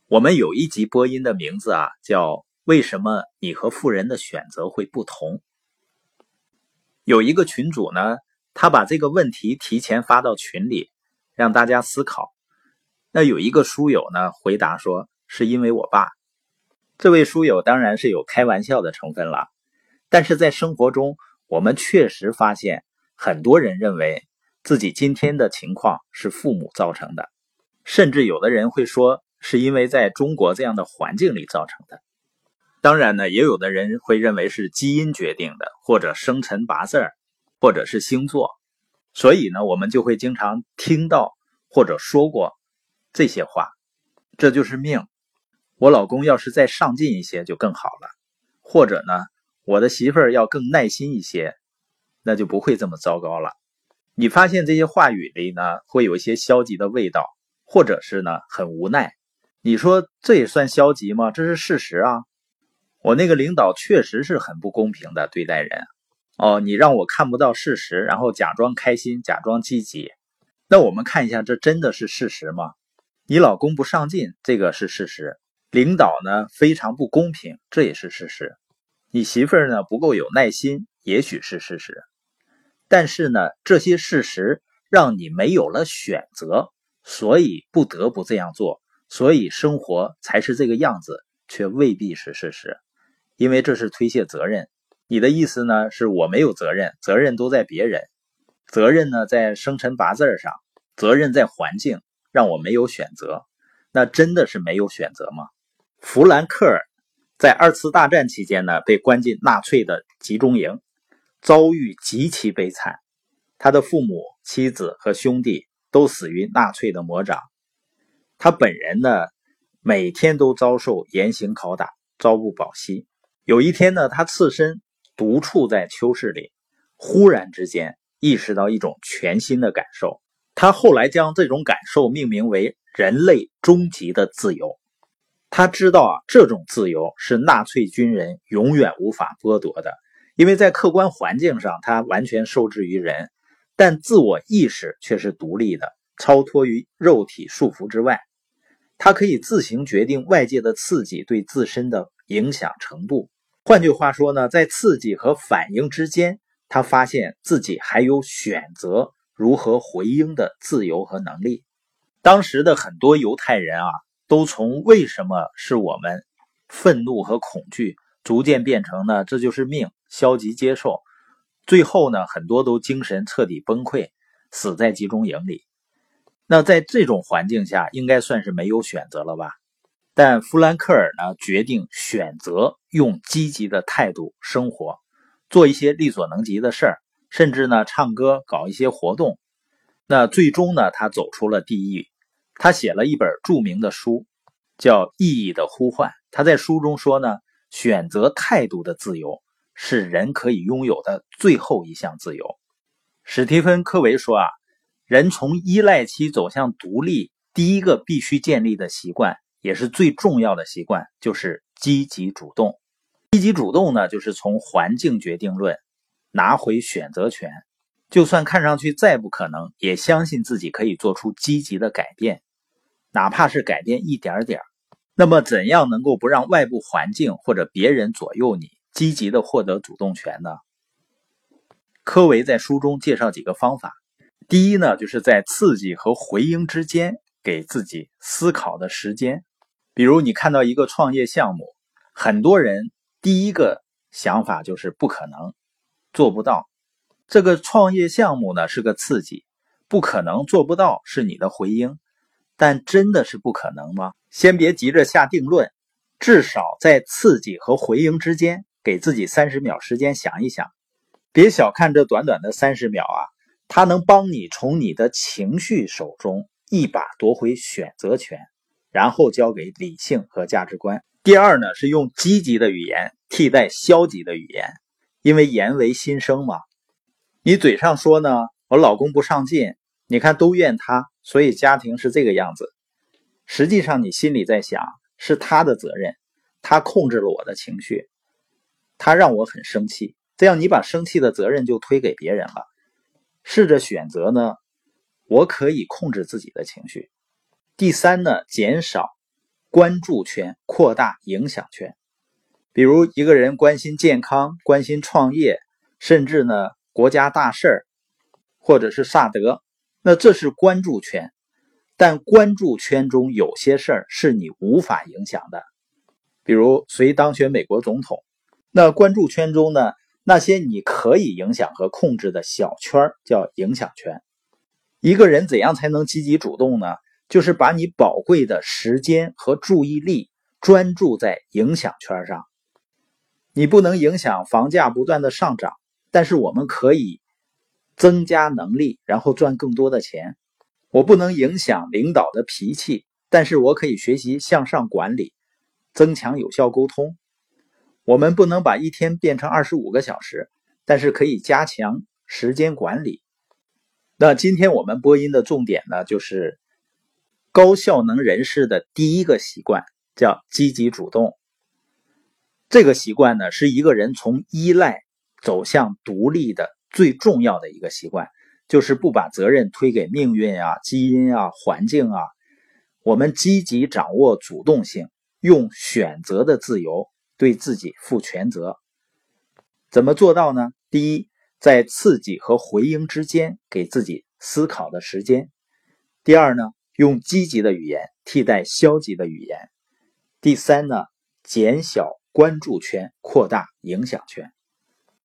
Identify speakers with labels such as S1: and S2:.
S1: 我们有一集播音的名字叫为什么你和富人的选择会不同。有一个群主呢，他把这个问题提前发到群里，让大家思考。那有一个书友呢回答说，是因为我爸。这位书友当然是有开玩笑的成分了，但是在生活中，我们确实发现很多人认为自己今天的情况是父母造成的，甚至有的人会说是因为在中国这样的环境里造成的。当然呢，也有的人会认为是基因决定的，或者生辰八字，或者是星座。所以呢，我们就会经常听到或者说过这些话，这就是命。我老公要是再上进一些就更好了，或者呢，我的媳妇儿要更耐心一些，那就不会这么糟糕了。你发现这些话语里呢，会有一些消极的味道，或者是呢，很无奈。你说这也算消极吗？这是事实啊。我那个领导确实是很不公平的对待人。你让我看不到事实，然后假装开心，假装积极。那我们看一下，这真的是事实吗？你老公不上进，这个是事实。领导呢非常不公平，这也是事实。你媳妇儿呢不够有耐心，也许是事实。但是呢，这些事实让你没有了选择，所以不得不这样做，所以生活才是这个样子，却未必是事实。因为这是推卸责任。你的意思呢是我没有责任，责任都在别人，责任呢在生辰八字上，责任在环境，让我没有选择。那真的是没有选择吗？弗兰克尔在二次大战期间呢，被关进纳粹的集中营，遭遇极其悲惨。他的父母、妻子和兄弟都死于纳粹的魔掌。他本人呢，每天都遭受严刑拷打，朝不保夕。有一天呢，他侧身独处在秋室里，忽然之间意识到一种全新的感受。他后来将这种感受命名为人类终极的自由。他知道这种自由是纳粹军人永远无法剥夺的，因为在客观环境上他完全受制于人，但自我意识却是独立的，超脱于肉体束缚之外。他可以自行决定外界的刺激对自身的影响程度。换句话说呢，在刺激和反应之间，他发现自己还有选择如何回应的自由和能力。当时的很多犹太人都从为什么是我们愤怒和恐惧，逐渐变成呢这就是命，消极接受。最后呢，很多都精神彻底崩溃，死在集中营里。那在这种环境下，应该算是没有选择了吧？但弗兰克尔呢，决定选择用积极的态度生活，做一些力所能及的事儿，甚至呢唱歌，搞一些活动。那最终呢，他走出了地狱。他写了一本著名的书，叫《意义的呼唤》。他在书中说呢，选择态度的自由是人可以拥有的最后一项自由。史蒂芬·科维说人从依赖期走向独立，第一个必须建立的习惯，也是最重要的习惯，就是积极主动。积极主动呢，就是从环境决定论拿回选择权，就算看上去再不可能，也相信自己可以做出积极的改变，哪怕是改变一点点。那么怎样能够不让外部环境或者别人左右你，积极的获得主动权呢？科维在书中介绍几个方法。第一呢，就是在刺激和回应之间给自己思考的时间。比如你看到一个创业项目，很多人第一个想法就是不可能，做不到。这个创业项目呢是个刺激，不可能做不到是你的回应，但真的是不可能吗？先别急着下定论，至少在刺激和回应之间给自己30秒时间想一想。别小看这短短的30秒它能帮你从你的情绪手中一把夺回选择权，然后交给理性和价值观。第二呢，是用积极的语言替代消极的语言，因为言为心声嘛。你嘴上说呢，我老公不上进，你看都怨他，所以家庭是这个样子。实际上你心里在想，是他的责任，他控制了我的情绪，他让我很生气，这样你把生气的责任就推给别人了。试着选择呢，我可以控制自己的情绪。第三呢，减少关注圈，扩大影响圈。比如一个人关心健康，关心创业，甚至呢国家大事或者是萨德，那这是关注圈。但关注圈中有些事儿是你无法影响的，比如谁当选美国总统。那关注圈中呢，那些你可以影响和控制的小圈叫影响圈。一个人怎样才能积极主动呢？就是把你宝贵的时间和注意力专注在影响圈上。你不能影响房价不断的上涨，但是我们可以增加能力，然后赚更多的钱。我不能影响领导的脾气，但是我可以学习向上管理，增强有效沟通。我们不能把一天变成25个小时，但是可以加强时间管理。那今天我们播音的重点呢，就是高效能人士的第一个习惯叫积极主动。这个习惯呢，是一个人从依赖走向独立的最重要的一个习惯，就是不把责任推给命运啊、基因啊、环境啊。我们积极掌握主动性，用选择的自由对自己负全责。怎么做到呢？第一，在刺激和回应之间给自己思考的时间。第二呢，用积极的语言替代消极的语言。第三呢，减小关注圈，扩大影响圈。